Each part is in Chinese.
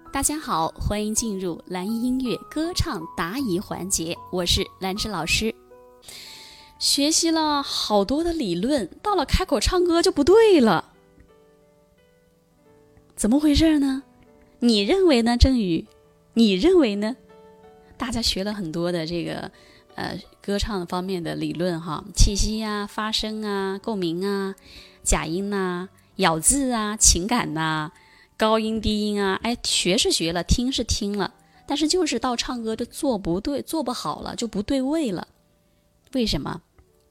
大家好，欢迎进入蓝音音乐歌唱答疑环节，我是兰芝老师。学习了好多的理论，到了开口唱歌就不对了，怎么回事呢？你认为呢，郑宇？你认为呢？大家学了很多的这个歌唱方面的理论哈，气息啊、发声啊、共鸣啊、假音啊、咬字啊、情感啊、高音低音啊，学是学了，听是听了，但是就是到唱歌就做不对，做不好了，就不对位了。为什么？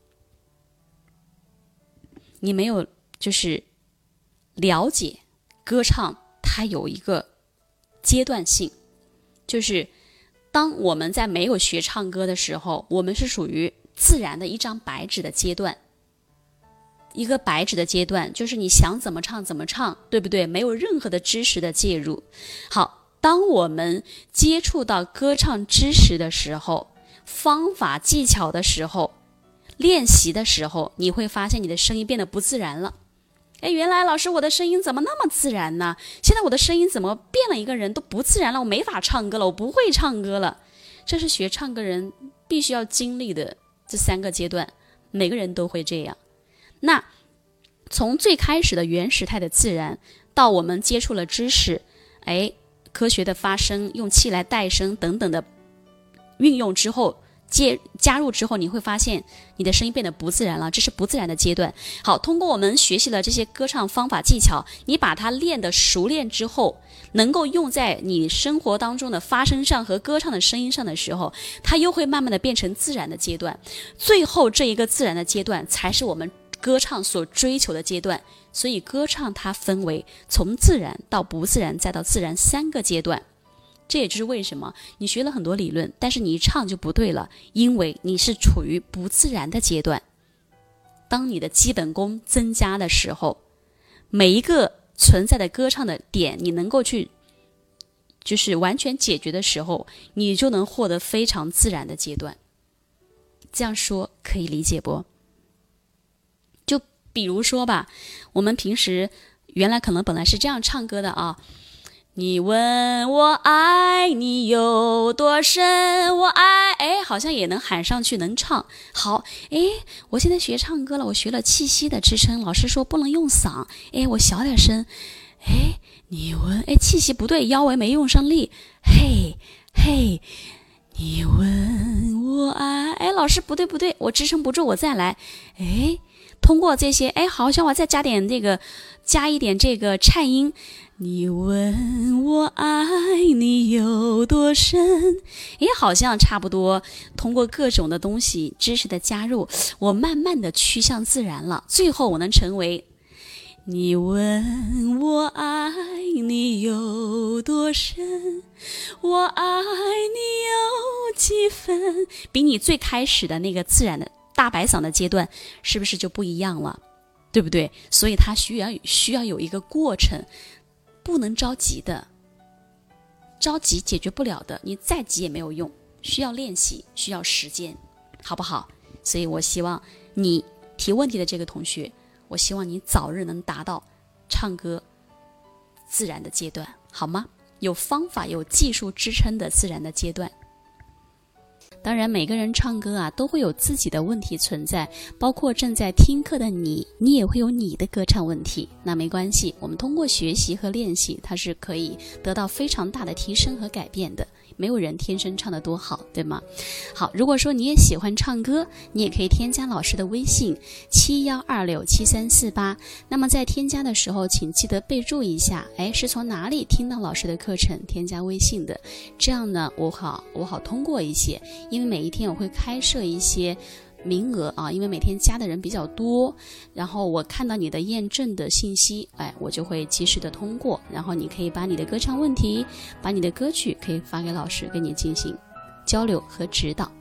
你没有就是了解歌唱它有一个阶段性，就是当我们在没有学唱歌的时候，我们是属于自然的一张白纸的阶段，一个白纸的阶段，就是你想怎么唱怎么唱，对不对？没有任何的知识的介入。好，当我们接触到歌唱知识的时候，方法技巧的时候，练习的时候，你会发现你的声音变得不自然了。原来老师我的声音怎么那么自然呢？现在我的声音怎么变了一个人，都不自然了，我没法唱歌了，我不会唱歌了。这是学唱歌人必须要经历的这3个阶段，每个人都会这样。那从最开始的原始态的自然，到我们接触了知识，科学的发声，用气来带声等等的运用之后，加入之后，你会发现你的声音变得不自然了，这是不自然的阶段。好，通过我们学习了这些歌唱方法技巧，你把它练得熟练之后，能够用在你生活当中的发声上和歌唱的声音上的时候，它又会慢慢的变成自然的阶段。最后这一个自然的阶段才是我们歌唱所追求的阶段。所以歌唱它分为从自然到不自然再到自然3个阶段。这也就是为什么你学了很多理论，但是你一唱就不对了，因为你是处于不自然的阶段。当你的基本功增加的时候，每一个存在的歌唱的点你能够去就是完全解决的时候，你就能获得非常自然的阶段。这样说可以理解不？就比如说吧，我们平时原来可能本来是这样唱歌的啊，你问我爱你有多深，我爱，好像也能喊上去，能唱。好，我现在学唱歌了，我学了气息的支撑，老师说不能用嗓，我小点声，你问，气息不对，腰围没用上力，嘿，你问我爱，老师不对，我支撑不住，我再来，通过这些，好像我再加一点这个颤音，你问我爱你有多深，好像差不多。通过各种的东西知识的加入，我慢慢的趋向自然了，最后我能成为你问我爱你有多深，我爱你有几分，比你最开始的那个自然的大白嗓的阶段是不是就不一样了，对不对？所以它需要有一个过程，不能着急的，着急解决不了的，你再急也没有用，需要练习，需要时间，好不好？所以我希望你提问题的这个同学，我希望你早日能达到唱歌自然的阶段，好吗？有方法有技术支撑的自然的阶段。当然每个人唱歌啊都会有自己的问题存在，包括正在听课的你也会有你的歌唱问题，那没关系，我们通过学习和练习，它是可以得到非常大的提升和改变的，没有人天生唱得多好，对吗？好，如果说你也喜欢唱歌，你也可以添加老师的微信71267348，那么在添加的时候请记得备注一下是从哪里听到老师的课程添加微信的，这样呢我好通过一些，因为每一天我会开设一些名额啊，因为每天加的人比较多，然后我看到你的验证的信息，我就会及时的通过，然后你可以把你的歌唱问题，把你的歌曲可以发给老师，跟你进行交流和指导。